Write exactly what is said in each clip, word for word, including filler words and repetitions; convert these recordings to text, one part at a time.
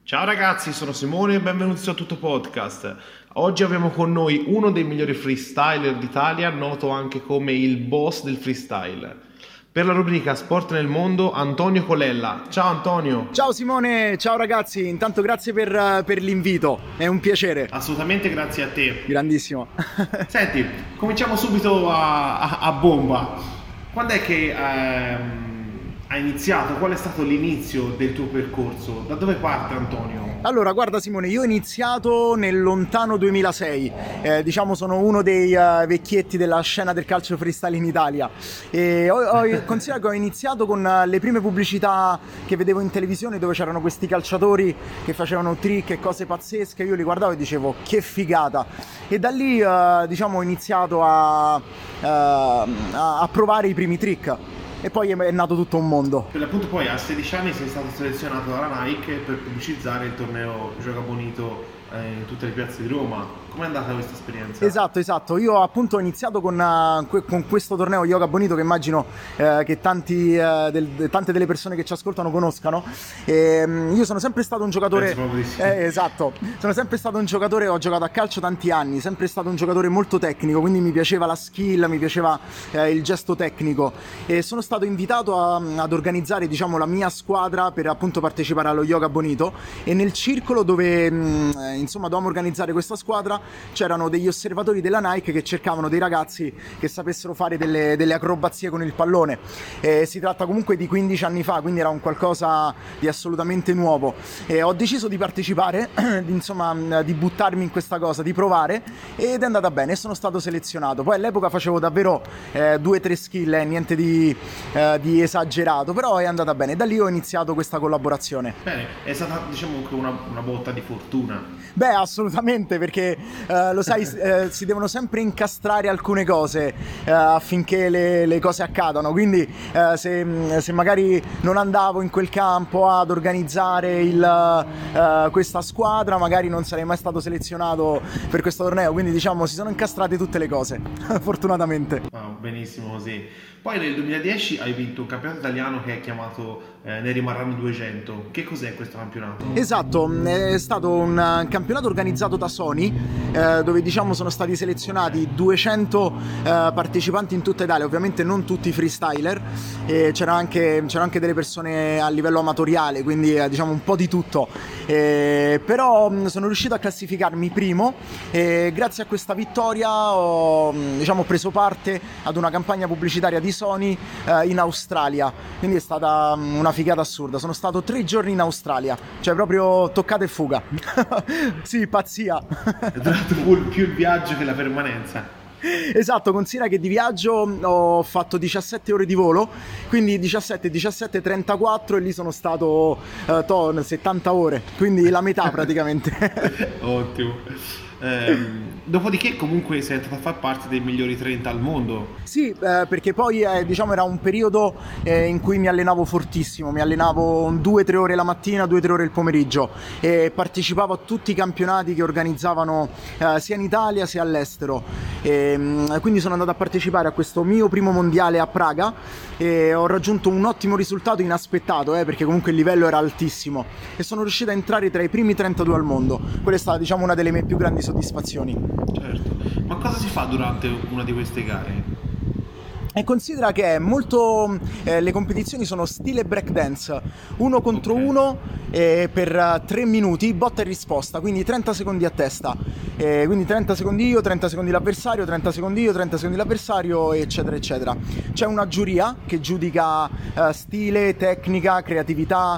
Ciao ragazzi, sono Simone e benvenuti su Tutto Podcast. Oggi abbiamo con noi uno dei migliori freestyler d'Italia, noto anche come il boss del freestyle. Per la rubrica Sport nel mondo, Antonio Colella. Ciao Antonio! Ciao Simone, ciao ragazzi, intanto grazie per, per l'invito, è un piacere. Assolutamente grazie a te. Grandissimo. Senti, cominciamo subito a, a, a bomba. Quando è che ehm, hai iniziato? Qual è stato l'inizio del tuo percorso? Da dove parte Antonio? Allora, guarda Simone, io ho iniziato nel lontano duemilasei, eh, diciamo sono uno dei uh, vecchietti della scena del calcio freestyle in Italia e ho, ho, considero che ho iniziato con uh, le prime pubblicità che vedevo in televisione dove c'erano questi calciatori che facevano trick e cose pazzesche, io li guardavo e dicevo che figata, e da lì uh, diciamo ho iniziato a, uh, a, a provare i primi trick. E poi è nato tutto un mondo. Per l'appunto poi a sedici anni sei stato selezionato dalla Nike per pubblicizzare il torneo Gioca Bonito in tutte le piazze di Roma. Com'è andata questa esperienza? Esatto, esatto. Io appunto ho iniziato con, uh, con questo torneo Yoga Bonito che immagino uh, che tanti, uh, del, tante delle persone che ci ascoltano conoscano. E, um, io sono sempre stato un giocatore... Sì. Eh, esatto. Sono sempre stato un giocatore, ho giocato a calcio tanti anni, sempre stato un giocatore molto tecnico, quindi mi piaceva la skill, mi piaceva uh, il gesto tecnico. E sono stato invitato a, ad organizzare, diciamo, la mia squadra per appunto partecipare allo Yoga Bonito, e nel circolo dove um, insomma dovevamo organizzare questa squadra c'erano degli osservatori della Nike che cercavano dei ragazzi che sapessero fare delle, delle acrobazie con il pallone. E si tratta comunque di quindici anni fa, quindi era un qualcosa di assolutamente nuovo, e ho deciso di partecipare, insomma di buttarmi in questa cosa, di provare, ed è andata bene e sono stato selezionato. Poi all'epoca facevo davvero eh, due o tre skill, eh, niente di, eh, di esagerato, però è andata bene, da lì ho iniziato questa collaborazione. Bene, è stata diciamo anche una, una botta di fortuna. Beh, assolutamente, perché eh, lo sai, eh, si devono sempre incastrare alcune cose eh, affinché le, le cose accadano, quindi eh, se, se magari non andavo in quel campo ad organizzare il, eh, questa squadra, magari non sarei mai stato selezionato per questo torneo, quindi diciamo si sono incastrate tutte le cose, fortunatamente. Oh, benissimo così. Poi nel duemiladieci hai vinto un campionato italiano che è chiamato eh, Ne rimarranno duecento. Che cos'è questo campionato? Esatto, è stato un campionato organizzato da Sony, eh, dove diciamo sono stati selezionati duecento eh, partecipanti in tutta Italia, ovviamente non tutti freestyler, e c'era anche, c'era anche delle persone a livello amatoriale, quindi eh, diciamo un po' di tutto, eh, però mh, sono riuscito a classificarmi primo, e grazie a questa vittoria ho diciamo, preso parte ad una campagna pubblicitaria di Sony eh, in Australia, quindi è stata una figata assurda. Sono stato tre giorni in Australia, cioè proprio toccata e fuga. Sì, pazzia. È durato più il viaggio che la permanenza. Esatto, considera che di viaggio ho fatto diciassette ore di volo, quindi diciassette, diciassette, trentaquattro, e lì sono stato uh, ton, settanta ore, quindi la metà praticamente. Ottimo. Eh, dopodiché comunque sei entrato a far parte dei migliori trenta al mondo. Sì, eh, perché poi eh, diciamo era un periodo eh, in cui mi allenavo fortissimo, mi allenavo due tre ore la mattina, due tre ore il pomeriggio, e partecipavo a tutti i campionati che organizzavano eh, sia in Italia sia all'estero, e, mh, quindi sono andato a partecipare a questo mio primo mondiale a Praga e ho raggiunto un ottimo risultato inaspettato, eh, perché comunque il livello era altissimo, e sono riuscito a entrare tra i primi trentadue al mondo. Quella è stata diciamo una delle mie più grandi soddisfazioni. Certo, ma cosa si fa durante una di queste gare? E considera che è molto eh, le competizioni sono stile breakdance, uno contro Okay. uno eh, per tre minuti, botta e risposta, quindi trenta secondi a testa, eh, quindi trenta secondi io, trenta secondi l'avversario, trenta secondi io, trenta secondi l'avversario, eccetera eccetera. C'è una giuria che giudica eh, stile, tecnica, creatività,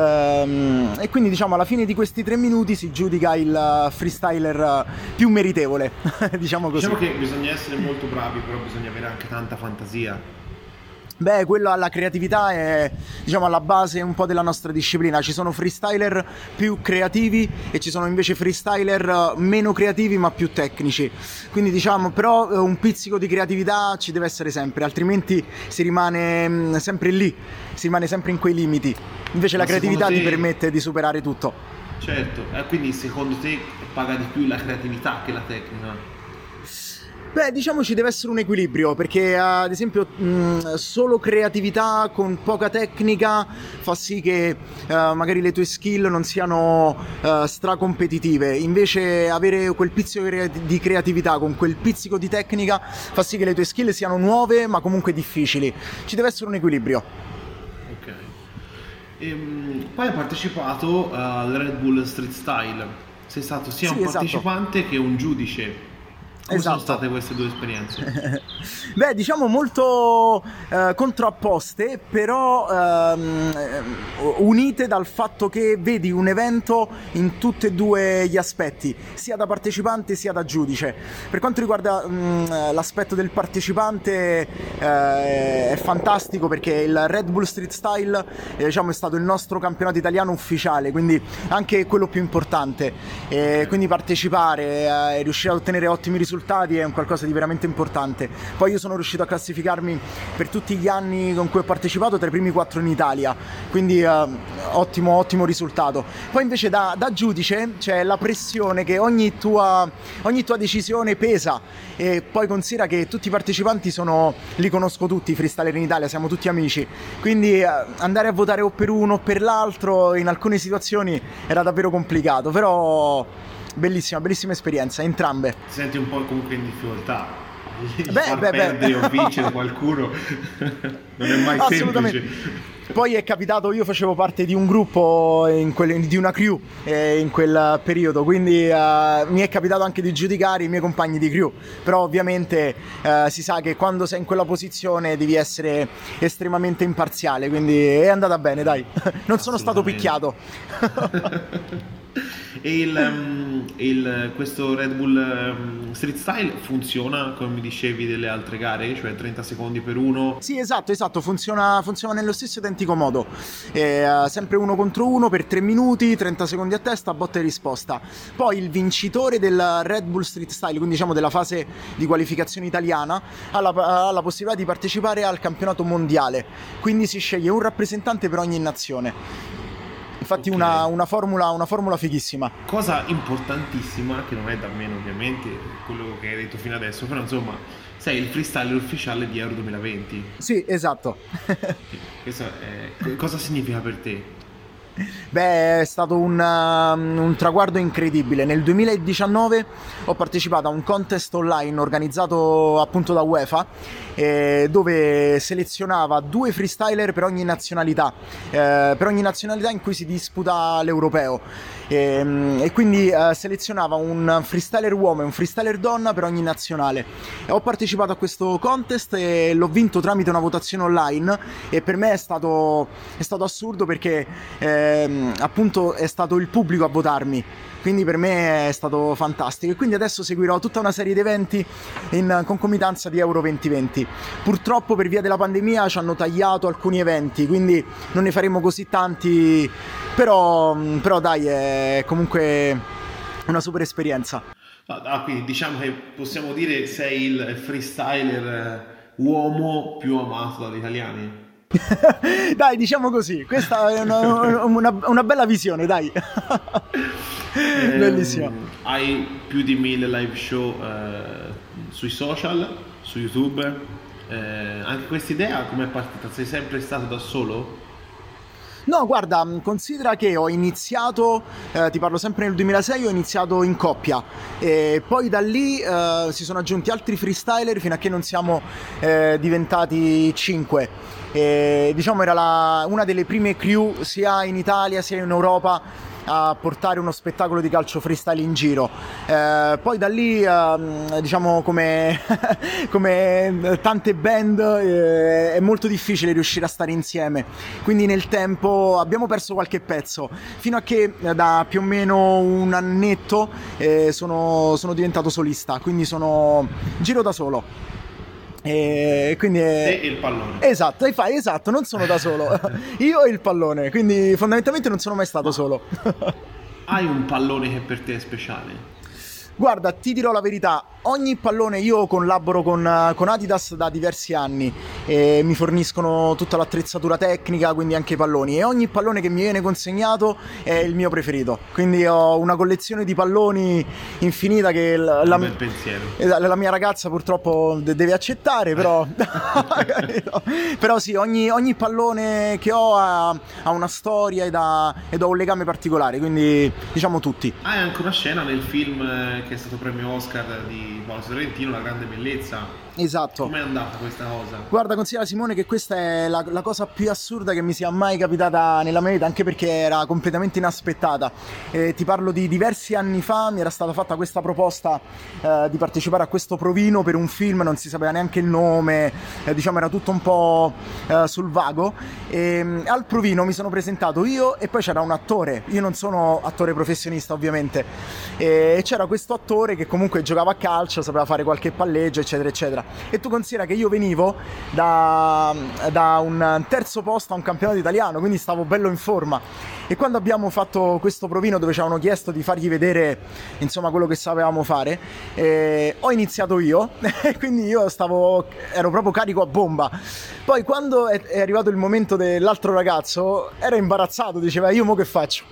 ehm, e quindi diciamo alla fine di questi tre minuti si giudica il freestyler più meritevole, diciamo così. Diciamo che bisogna essere molto bravi, però bisogna avere anche tanta fantasia. Beh, quello alla creatività è, diciamo, alla base un po' della nostra disciplina. Ci sono freestyler più creativi e ci sono invece freestyler meno creativi ma più tecnici. Quindi diciamo, però un pizzico di creatività ci deve essere sempre, altrimenti si rimane sempre lì, si rimane sempre in quei limiti. Invece ma la creatività te... ti permette di superare tutto. Certo, eh, quindi secondo te paga di più la creatività che la tecnica? Beh, diciamo ci deve essere un equilibrio, perché ad esempio mh, solo creatività con poca tecnica fa sì che uh, magari le tue skill non siano uh, stracompetitive, invece avere quel pizzico di creatività con quel pizzico di tecnica fa sì che le tue skill siano nuove ma comunque difficili. Ci deve essere un equilibrio. Ok. Ehm, poi hai partecipato al Red Bull Street Style, sei stato sia Sì, un esatto. partecipante che un giudice. Come Esatto. sono state queste due esperienze? Beh, diciamo molto eh, contrapposte, però ehm, unite dal fatto che vedi un evento in tutti e due gli aspetti, sia da partecipante sia da giudice. Per quanto riguarda mh, l'aspetto del partecipante eh, è fantastico, perché il Red Bull Street Style eh, diciamo, è stato il nostro campionato italiano ufficiale, quindi anche quello più importante. E quindi partecipare e riuscire a ottenere ottimi risultati è un qualcosa di veramente importante. Poi io sono riuscito a classificarmi per tutti gli anni con cui ho partecipato tra i primi quattro in Italia, quindi eh, ottimo ottimo risultato. Poi invece da, da giudice c'è la pressione che ogni tua, ogni tua decisione pesa, e poi considera che tutti i partecipanti sono, li conosco tutti, i freestyler in Italia, siamo tutti amici, quindi eh, andare a votare o per uno o per l'altro in alcune situazioni era davvero complicato, però bellissima, bellissima esperienza, entrambe. Ti senti un po' comunque in difficoltà? Beh, far beh, perdere beh. o vincere qualcuno non è mai Assolutamente. semplice. Poi è capitato, io facevo parte di un gruppo, in quel, di una crew eh, in quel periodo, quindi eh, mi è capitato anche di giudicare i miei compagni di crew, però ovviamente eh, si sa che quando sei in quella posizione devi essere estremamente imparziale, quindi è andata bene, dai, non sono stato picchiato. E il, um, il, questo Red Bull um, Street Style funziona come mi dicevi delle altre gare, cioè trenta secondi per uno? Sì, esatto, esatto, funziona, funziona nello stesso identico modo, eh, sempre uno contro uno per tre minuti, trenta secondi a testa, botta e risposta. Poi il vincitore del Red Bull Street Style, quindi diciamo della fase di qualificazione italiana, ha la, ha la possibilità di partecipare al campionato mondiale, quindi si sceglie un rappresentante per ogni nazione. Infatti Ok. una, una, formula, una formula fighissima. Cosa importantissima, che non è da meno ovviamente quello che hai detto fino adesso, però insomma sei il freestyler ufficiale di Euro duemilaventi. Sì, esatto. Questo è, cosa significa per te? Beh, è stato un, um, un traguardo incredibile. Nel duemiladiciannove ho partecipato a un contest online organizzato appunto da UEFA, eh, dove selezionava due freestyler per ogni nazionalità, eh, per ogni nazionalità in cui si disputa l'europeo. E, e quindi eh, selezionava un freestyler uomo e un freestyler donna per ogni nazionale. E ho partecipato a questo contest e l'ho vinto tramite una votazione online, e per me è stato, è stato assurdo, perché ehm, appunto è stato il pubblico a votarmi, quindi per me è stato fantastico. E quindi adesso seguirò tutta una serie di eventi in concomitanza di Euro duemilaventi. Purtroppo per via della pandemia ci hanno tagliato alcuni eventi, quindi non ne faremo così tanti, però, però dai, è comunque una super esperienza. Ah, quindi diciamo che possiamo dire sei il freestyler uomo più amato dagli italiani? Dai, diciamo così, questa è una, una, una bella visione, dai. Ehm, Bellissima. Hai più di mille live show eh, sui social, su YouTube. Eh, anche questa idea come è partita? Sei sempre stato da solo? No, guarda, considera che ho iniziato, eh, ti parlo sempre nel duemilasei, ho iniziato in coppia, e poi da lì eh, si sono aggiunti altri freestyler fino a che non siamo eh, diventati cinque. E, diciamo era la, una delle prime crew sia in Italia sia in Europa a portare uno spettacolo di calcio freestyle in giro. Eh, poi da lì, eh, diciamo, come, come tante band, eh, è molto difficile riuscire a stare insieme. Quindi nel tempo abbiamo perso qualche pezzo, fino a che eh, da più o meno un annetto eh, sono, sono diventato solista, quindi sono giro da solo. E quindi è... Te e il pallone. Esatto, e fai, esatto, non sono da solo. Io e il pallone, quindi fondamentalmente non sono mai stato solo. Hai un pallone che per te è speciale? Guarda, ti dirò la verità, ogni pallone, io collaboro con, con Adidas da diversi anni e mi forniscono tutta l'attrezzatura tecnica, quindi anche i palloni, e ogni pallone che mi viene consegnato è il mio preferito, quindi ho una collezione di palloni infinita che la, la, bel pensiero. la mia ragazza purtroppo deve accettare, però però sì, ogni, ogni pallone che ho ha, ha una storia ed ha, ed ha un legame particolare, quindi diciamo tutti. Hai anche una scena nel film che è stato premio Oscar di Paolo Sorrentino, La grande bellezza. Esatto. Com'è andata questa cosa? Guarda, considera Simone che questa è la, la cosa più assurda che mi sia mai capitata nella mia vita, anche perché era completamente inaspettata. Eh, ti parlo di diversi anni fa, mi era stata fatta questa proposta eh, di partecipare a questo provino per un film, non si sapeva neanche il nome, eh, diciamo era tutto un po' eh, sul vago. E, al provino mi sono presentato io e poi c'era un attore, io non sono attore professionista ovviamente, e c'era questo attore che comunque giocava a calcio, sapeva fare qualche palleggio eccetera eccetera. E tu considera che io venivo da, da un terzo posto a un campionato italiano, quindi stavo bello in forma, e quando abbiamo fatto questo provino dove ci avevano chiesto di fargli vedere insomma quello che sapevamo fare, eh, ho iniziato io e quindi io stavo ero proprio carico a bomba. Poi quando è, è arrivato il momento dell'altro ragazzo era imbarazzato, diceva io mo che faccio?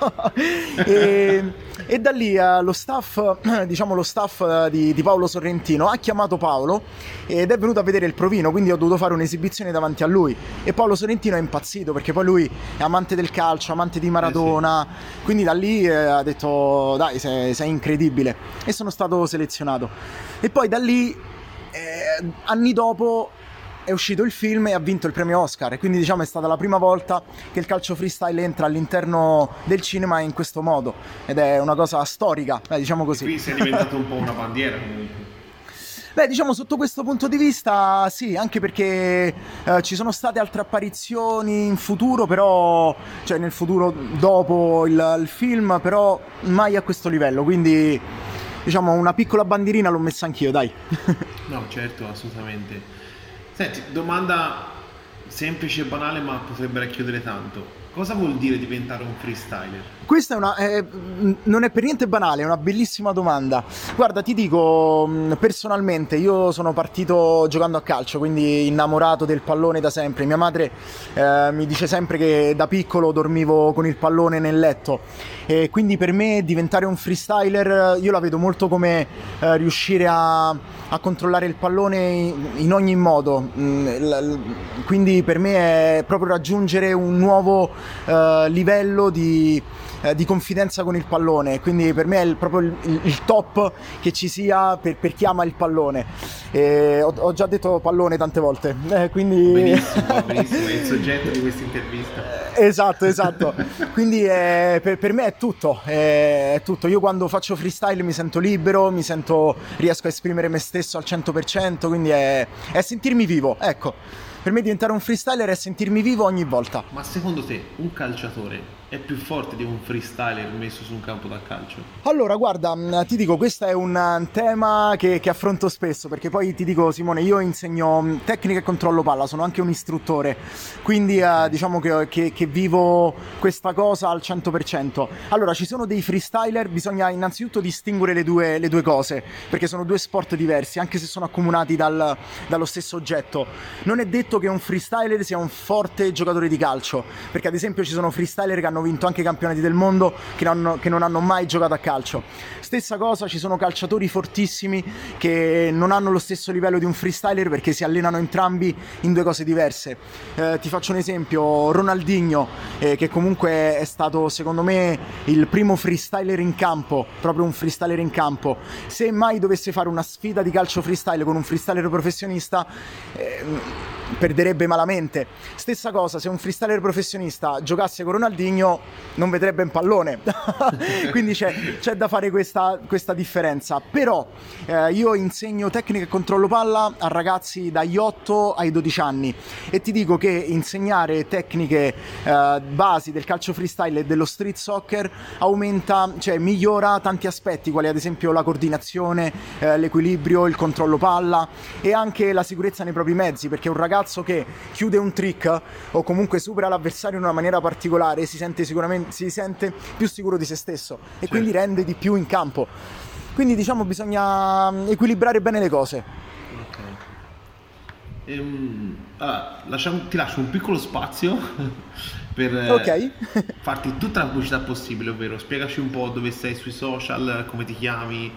e, e da lì eh, lo staff diciamo lo staff eh, di, di Paolo Sorrentino ha chiamato Paolo ed è venuto a vedere il provino, quindi ho dovuto fare un'esibizione davanti a lui, e Paolo Sorrentino è impazzito perché poi lui è amante del calcio, amante di Maradona, eh sì. Quindi da lì eh, ha detto dai sei, sei incredibile, e sono stato selezionato. E poi da lì eh, anni dopo è uscito il film e ha vinto il premio Oscar, e quindi diciamo è stata la prima volta che il calcio freestyle entra all'interno del cinema in questo modo, ed è una cosa storica, eh, diciamo così. E qui sei diventato un po' una bandiera comunque. Beh, diciamo sotto questo punto di vista sì, anche perché eh, ci sono state altre apparizioni in futuro, però, cioè nel futuro dopo il, il film, però mai a questo livello, quindi diciamo una piccola bandierina l'ho messa anch'io, dai. No, certo, assolutamente. Senti, domanda semplice e banale, ma potrebbe racchiudere tanto. Cosa vuol dire diventare un freestyler? Questa è una, eh, non è per niente banale, è una bellissima domanda. Guarda, ti dico, personalmente, io sono partito giocando a calcio, quindi innamorato del pallone da sempre. Mia madre eh, mi dice sempre che da piccolo dormivo con il pallone nel letto, e quindi per me diventare un freestyler io la vedo molto come eh, riuscire a, a controllare il pallone in, in ogni modo. Quindi per me è proprio raggiungere un nuovo eh, livello di Eh, di confidenza con il pallone, quindi per me è il, proprio il, il top che ci sia per, per chi ama il pallone. E ho, ho già detto pallone tante volte, eh, quindi benissimo, benissimo, è il soggetto di questa intervista. Esatto, esatto. Quindi è, per, per me è tutto, è, è tutto. Io quando faccio freestyle mi sento libero, mi sento, riesco a esprimere me stesso al cento per cento, quindi è, è sentirmi vivo, ecco. Per me diventare un freestyler è sentirmi vivo ogni volta. Ma secondo te un calciatore è più forte di un freestyler messo su un campo da calcio? Allora, guarda, ti dico, questo è un tema che, che affronto spesso, perché poi ti dico, Simone, io insegno tecnica e controllo palla, sono anche un istruttore, quindi eh, diciamo che, che, che vivo questa cosa al cento per cento. Allora, ci sono dei freestyler, bisogna innanzitutto distinguere le due, le due cose, perché sono due sport diversi, anche se sono accomunati dal, dallo stesso oggetto. Non è detto che un freestyler sia un forte giocatore di calcio, perché ad esempio ci sono freestyler che hanno vinto anche campionati del mondo che non, hanno, che non hanno mai giocato a calcio. Stessa cosa, ci sono calciatori fortissimi che non hanno lo stesso livello di un freestyler perché si allenano entrambi in due cose diverse. Eh, ti faccio un esempio, Ronaldinho, eh, che comunque è stato secondo me il primo freestyler in campo, proprio un freestyler in campo. Se mai dovesse fare una sfida di calcio freestyle con un freestyler professionista, eh, perderebbe malamente. Stessa cosa, se un freestyler professionista giocasse con Ronaldinho non vedrebbe un pallone. Quindi c'è, c'è da fare questa, questa differenza. Però eh, io insegno tecnica e controllo palla a ragazzi dagli otto ai dodici anni, e ti dico che insegnare tecniche eh, basi del calcio freestyle e dello street soccer aumenta, cioè migliora tanti aspetti, quali ad esempio la coordinazione, eh, l'equilibrio, il controllo palla e anche la sicurezza nei propri mezzi, perché un ragazzo che chiude un trick o comunque supera l'avversario in una maniera particolare si sente sicuramente si sente più sicuro di se stesso e certo. Quindi rende di più in campo. quindi diciamo bisogna equilibrare bene le cose. Ok. Ehm, allora, lasciamo- ti lascio un piccolo spazio per eh, Ok. farti tutta la pubblicità possibile, ovvero spiegaci un po' dove sei sui social, come ti chiami,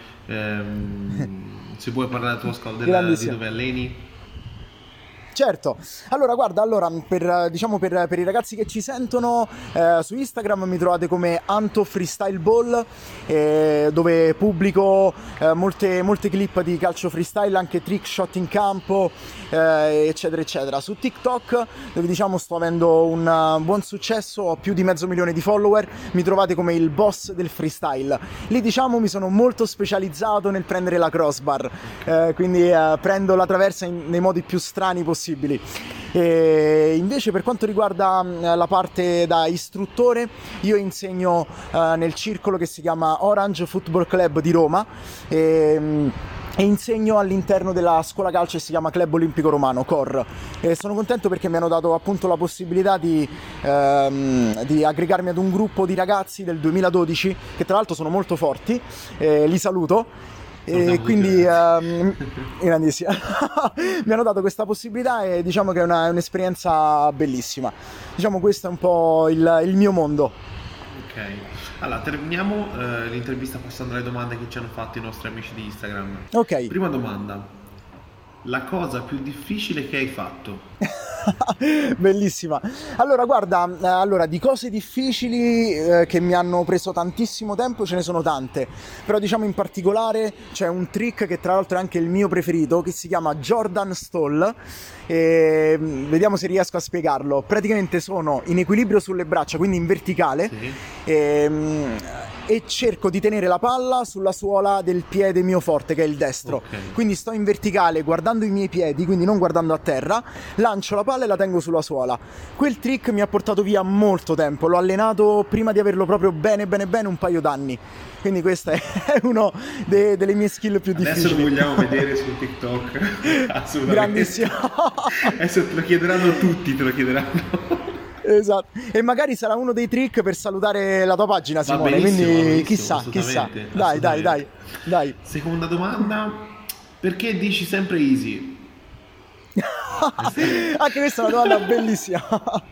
ehm, se vuoi parlare della tua scuola, del- di Grandissimo. dove alleni. Certo, allora guarda, allora per, eh, diciamo per, per i ragazzi che ci sentono, eh, su Instagram mi trovate come Anto Freestyle Ball, eh, dove pubblico eh, molte, molte clip di calcio freestyle, anche trick shot in campo, eh, eccetera eccetera. Su TikTok, dove diciamo sto avendo un uh, buon successo, ho più di mezzo milione di follower, mi trovate come il boss del freestyle. Lì diciamo mi sono molto specializzato nel prendere la crossbar, eh, quindi eh, prendo la traversa in- nei modi più strani possibili. E invece per quanto riguarda mh, la parte da istruttore, io insegno eh, nel circolo che si chiama Orange Football Club di Roma e, mh, e insegno all'interno della scuola calcio che si chiama Club Olimpico Romano, C O R. E sono contento perché mi hanno dato appunto la possibilità di, ehm, di aggregarmi ad un gruppo di ragazzi del duemiladodici che tra l'altro sono molto forti, eh, li saluto. E quindi ehm, grandissima. Mi hanno dato questa possibilità e diciamo che è una- è un'esperienza bellissima. Diciamo questo è un po' il, il mio mondo. Ok, allora terminiamo eh, l'intervista passando alle domande che ci hanno fatto i nostri amici di Instagram. Ok. Prima domanda, la cosa più difficile che hai fatto? Bellissima. Allora, guarda, eh, allora, di cose difficili eh, che mi hanno preso tantissimo tempo ce ne sono tante, però diciamo in particolare c'è un trick che tra l'altro è anche il mio preferito, che si chiama Jordan Stall. E, mm, vediamo se riesco a spiegarlo. Praticamente sono in equilibrio sulle braccia, quindi in verticale, Sì. e, mm, e cerco di tenere la palla sulla suola del piede mio forte, che è il destro. Ok. Quindi sto in verticale guardando i miei piedi, quindi non guardando a terra, lancio la palla e la tengo sulla suola. Quel trick mi ha portato via molto tempo, l'ho allenato prima di averlo proprio bene bene bene un paio d'anni. Quindi questa è uno de- delle mie skill più Adesso lo difficili. vogliamo vedere su TikTok. Assolutamente. Grandissimo. Adesso te lo chiederanno tutti, te lo chiederanno. Esatto. E magari sarà uno dei trick per salutare la tua pagina, Va Simone. benissimo, va Quindi benissimo, chissà, chissà. assolutamente, Dai, dai, dai, assolutamente. dai. Seconda domanda, perché dici sempre easy? Anche questa è una domanda bellissima.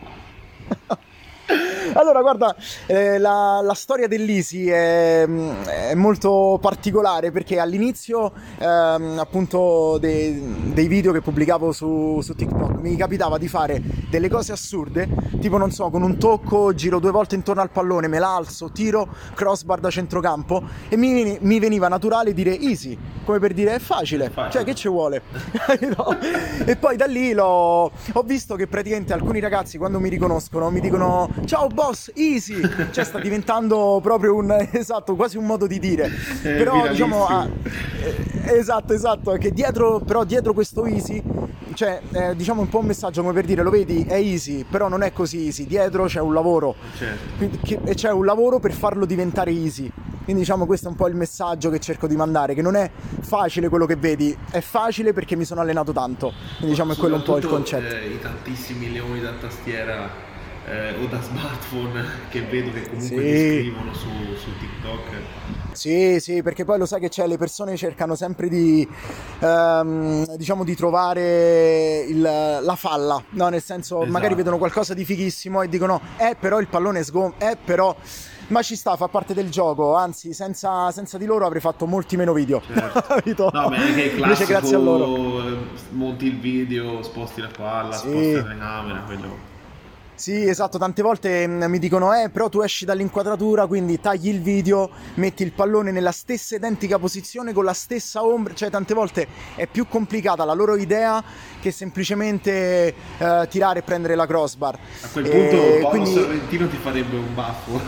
Allora, guarda, eh, la, la storia dell'Easy è, è molto particolare perché all'inizio, ehm, appunto, dei, dei video che pubblicavo su, su TikTok mi capitava di fare delle cose assurde, tipo, non so, con un tocco giro due volte intorno al pallone, me l'alzo, tiro, crossbar da centrocampo e mi, mi veniva naturale dire easy, come per dire è facile, Facile. cioè che ci vuole? No? E poi da lì l'ho, ho visto che praticamente alcuni ragazzi quando mi riconoscono mi dicono ciao boss, easy, cioè sta diventando proprio un, esatto, quasi un modo di dire, È però diciamo, viralissimo. ah, eh, esatto, esatto, che dietro, però dietro questo easy, cioè eh, diciamo un po' un messaggio come per dire, lo vedi, è easy, però non è così easy, dietro c'è un lavoro. Certo. Quindi, che- e c'è un lavoro per farlo diventare easy. Quindi diciamo questo è un po' il messaggio che cerco di mandare, che non è facile quello che vedi, è facile perché mi sono allenato tanto. Quindi diciamo è quello un po' il Soprattutto, concetto. eh, i tantissimi leoni da tastiera eh, o da smartphone che vedo che comunque Sì. descrivono su, su TikTok. Sì, sì, perché poi lo sai che c'è, le persone cercano sempre di, ehm, diciamo, di trovare il- la falla, no? Nel senso, Esatto. magari vedono qualcosa di fighissimo e dicono, eh, però il pallone è sgom, eh, però... Ma ci sta, fa parte del gioco, anzi, senza, senza di loro avrei fatto molti meno video. Certo. Capito? No, ma anche il Invece grazie a loro. classico, eh, monti il video, sposti la palla, Sì. sposti la telecamera, quello. Sì, esatto, tante volte mm, mi dicono, eh, però tu esci dall'inquadratura, quindi tagli il video, metti il pallone nella stessa identica posizione, con la stessa ombra, cioè tante volte è più complicata la loro idea che semplicemente eh, tirare e prendere la crossbar. A quel E punto Paolo quindi... Sorrentino ti farebbe un baffo.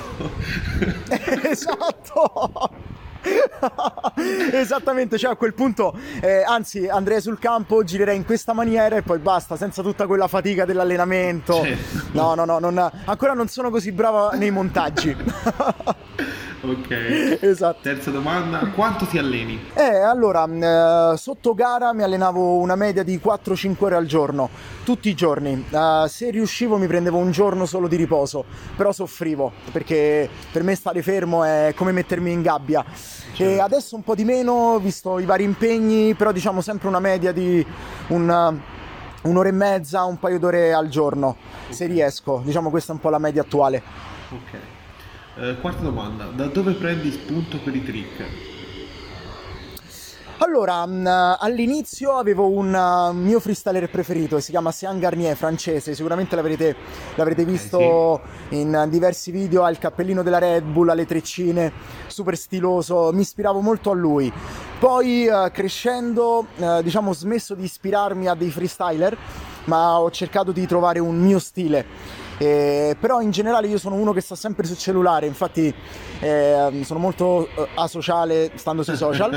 Esatto! Esattamente, cioè a quel punto eh, anzi andrei sul campo, girerei in questa maniera e poi basta, senza tutta quella fatica dell'allenamento. Certo. No, no, no, non- ancora non sono così brava nei montaggi. Ok. Esatto. Terza domanda, quanto ti alleni? Eh, allora, eh, sotto gara mi allenavo una media di quattro cinque ore al giorno, tutti i giorni. Eh, se riuscivo mi prendevo un giorno solo di riposo, però soffrivo, perché per me stare fermo è come mettermi in gabbia. Certo. E adesso un po' di meno, visto i vari impegni, però diciamo sempre una media di un, un'ora e mezza, un paio d'ore al giorno, okay. Se riesco. Diciamo questa è un po' la media attuale. Ok. Uh, quarta domanda, da dove prendi spunto per i trick? Allora, mh, all'inizio avevo un uh, mio freestyler preferito, si chiama Sean Garnier, francese, sicuramente l'avrete, l'avrete visto eh, sì. in diversi video, ha il cappellino della Red Bull, ha le treccine, super stiloso, mi ispiravo molto a lui. Poi uh, crescendo, uh, diciamo, ho smesso di ispirarmi a dei freestyler, ma ho cercato di trovare un mio stile. Eh, però in generale io sono uno che sta sempre sul cellulare, infatti eh, sono molto eh, asociale stando sui social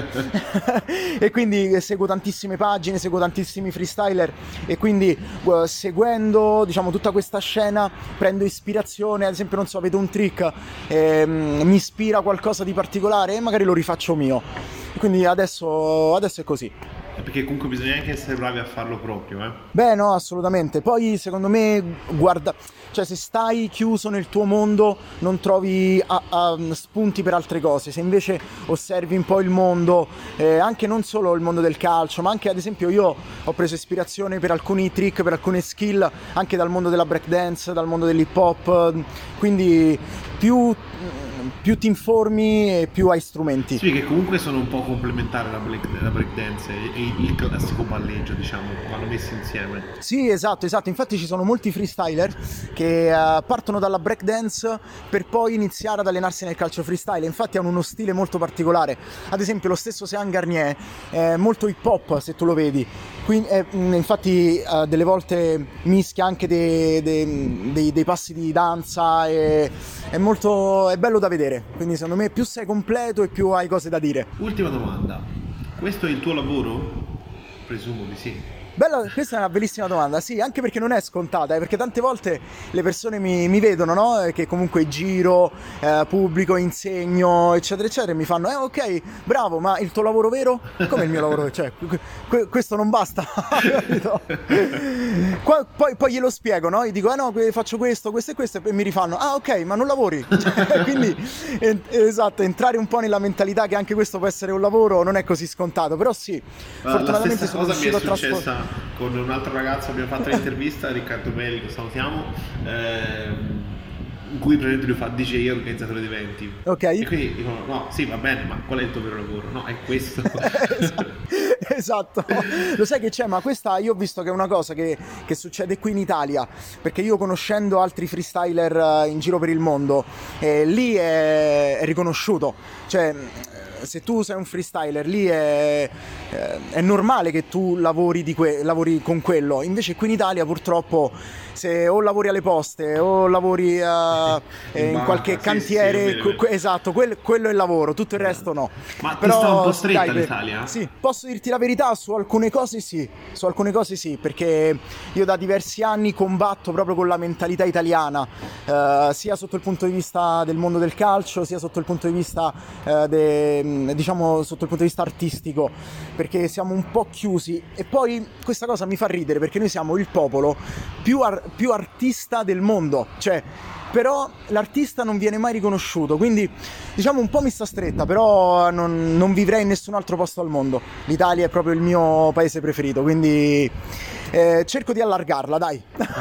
e quindi seguo tantissime pagine, seguo tantissimi freestyler e quindi eh, seguendo diciamo tutta questa scena prendo ispirazione, ad esempio non so, vedo un trick, eh, mi ispira qualcosa di particolare e magari lo rifaccio mio, quindi adesso, adesso è così. Perché comunque bisogna anche essere bravi a farlo proprio, eh? Beh, no, assolutamente. Poi secondo me, guarda, cioè se stai chiuso nel tuo mondo non trovi a, a, spunti per altre cose. Se invece osservi un po' il mondo, eh, anche non solo il mondo del calcio, ma anche ad esempio io ho preso ispirazione per alcuni trick, per alcune skill, anche dal mondo della breakdance, dal mondo dell'hip hop, quindi più... più ti informi e più hai strumenti. Sì, che comunque sono un po' complementari la, break, la breakdance e il classico balleggio, diciamo, vanno messi insieme. Sì, esatto, esatto. Infatti ci sono molti freestyler che uh, partono dalla breakdance per poi iniziare ad allenarsi nel calcio freestyle. Infatti hanno uno stile molto particolare. Ad esempio lo stesso Sean Garnier è molto hip hop, se tu lo vedi. Quindi, eh, infatti uh, delle volte mischia anche dei, dei, dei, dei passi di danza e è molto è bello da vedere, quindi secondo me più sei completo e più hai cose da dire. Ultima domanda, questo è il tuo lavoro? Presumo di sì. Bella, questa è una bellissima domanda, sì, anche perché non è scontata, eh, perché tante volte le persone mi, mi vedono, no? Che comunque giro, eh, pubblico, insegno, eccetera, eccetera, e mi fanno, eh ok, bravo, ma il tuo lavoro vero? Come il mio lavoro? Cioè, que- questo non basta, capito? Qua, poi, poi glielo spiego, no? Gli dico, eh no, faccio questo, questo e questo, e mi rifanno, ah ok, ma non lavori? Quindi, eh, esatto, entrare un po' nella mentalità che anche questo può essere un lavoro non è così scontato, però sì, ma fortunatamente sono riuscito a trasportare. Con un altro ragazzo abbiamo fatto l'intervista, Riccardo Belli, lo salutiamo, ehm, in cui praticamente lui fa D J e organizzatore di eventi. Ok. E quindi dicono, no, sì, va bene, ma qual è il tuo vero lavoro? No, è questo. Esatto, lo sai che c'è, ma questa io ho visto che è una cosa che, che succede qui in Italia, perché io conoscendo altri freestyler in giro per il mondo, eh, lì è, è riconosciuto, cioè se tu sei un freestyler lì è, è normale che tu lavori, di que- lavori con quello, invece qui in Italia purtroppo se o lavori alle poste o lavori uh, in, in banca, qualche sì, cantiere, sì, que- esatto, quel- quello è il lavoro, tutto il resto no. Ma però ti sta un po' stretta dai, l'Italia? Sì, posso dirti la verità, su alcune cose sì, su alcune cose sì, perché io da diversi anni combatto proprio con la mentalità italiana, uh, sia sotto il punto di vista del mondo del calcio, sia sotto il punto di vista uh, de, diciamo sotto il punto di vista artistico, perché siamo un po' chiusi e poi questa cosa mi fa ridere perché noi siamo il popolo più, ar- più artista del mondo, cioè però l'artista non viene mai riconosciuto, quindi diciamo un po' mi sta stretta, però non, non vivrei in nessun altro posto al mondo. L'Italia è proprio il mio paese preferito, quindi eh, cerco di allargarla, dai.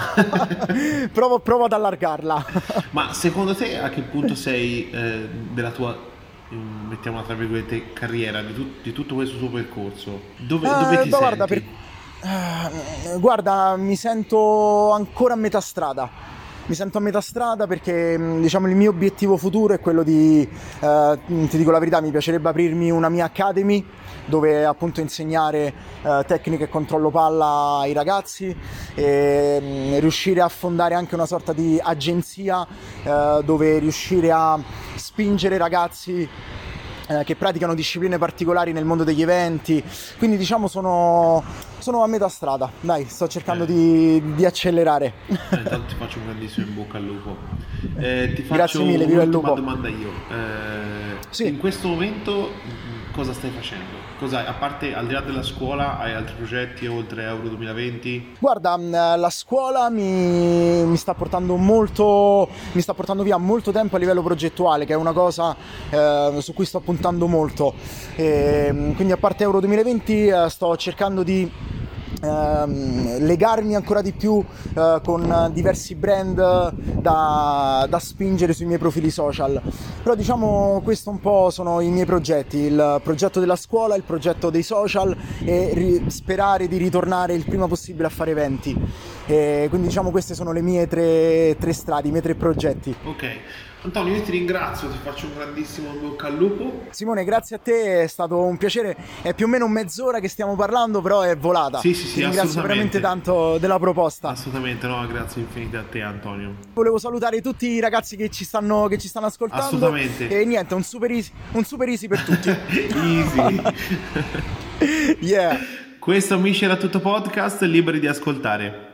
provo, provo ad allargarla. Ma secondo te a che punto sei eh, della tua, mettiamola tra virgolette, carriera, di, tu- di tutto questo tuo percorso? Dove, eh, dove ti beh, guarda, senti? Per... Uh, guarda, mi sento ancora a metà strada. Mi sento a metà strada perché diciamo il mio obiettivo futuro è quello di, uh, ti dico la verità, mi piacerebbe aprirmi una mia academy dove appunto insegnare uh, tecniche e controllo palla ai ragazzi e um, riuscire a fondare anche una sorta di agenzia uh, dove riuscire a spingere i ragazzi eh, che praticano discipline particolari nel mondo degli eventi, quindi diciamo sono, sono a metà strada, dai, sto cercando Eh. di, di accelerare. Eh, intanto ti faccio un grandissimo in bocca al lupo. Eh, ti faccio Grazie mille, viva il un'ultima lupo. domanda io. Eh, Sì. In questo momento mh, cosa stai facendo? Cosa, a parte, al di là della scuola, hai altri progetti oltre Euro duemilaventi? Guarda, mh, la scuola mi, mi sta portando molto, mi sta portando via molto tempo a livello progettuale, che è una cosa eh, su cui sto puntando molto. E, quindi a parte Euro duemilaventi eh, sto cercando di ehm, legarmi ancora di più eh, con diversi brand da, da spingere sui miei profili social. Però diciamo questo un po' sono i miei progetti, il progetto della scuola, il progetto dei social e ri- sperare di ritornare il prima possibile a fare eventi. E quindi diciamo queste sono le mie tre, tre strade, i miei tre progetti. Ok, Antonio, io ti ringrazio, ti faccio un grandissimo in bocca al lupo. Simone, grazie a te, è stato un piacere, è più o meno mezz'ora che stiamo parlando, però è volata. Sì, sì, sì, Ti ringrazio assolutamente. veramente tanto della proposta. Assolutamente no, grazie infinite a te, Antonio. Volevo salutare tutti i ragazzi che ci stanno, che ci stanno ascoltando. Assolutamente. E niente, un super easy, un super easy per tutti. Easy. Yeah. Questo Miscela Tutto Podcast, liberi di ascoltare.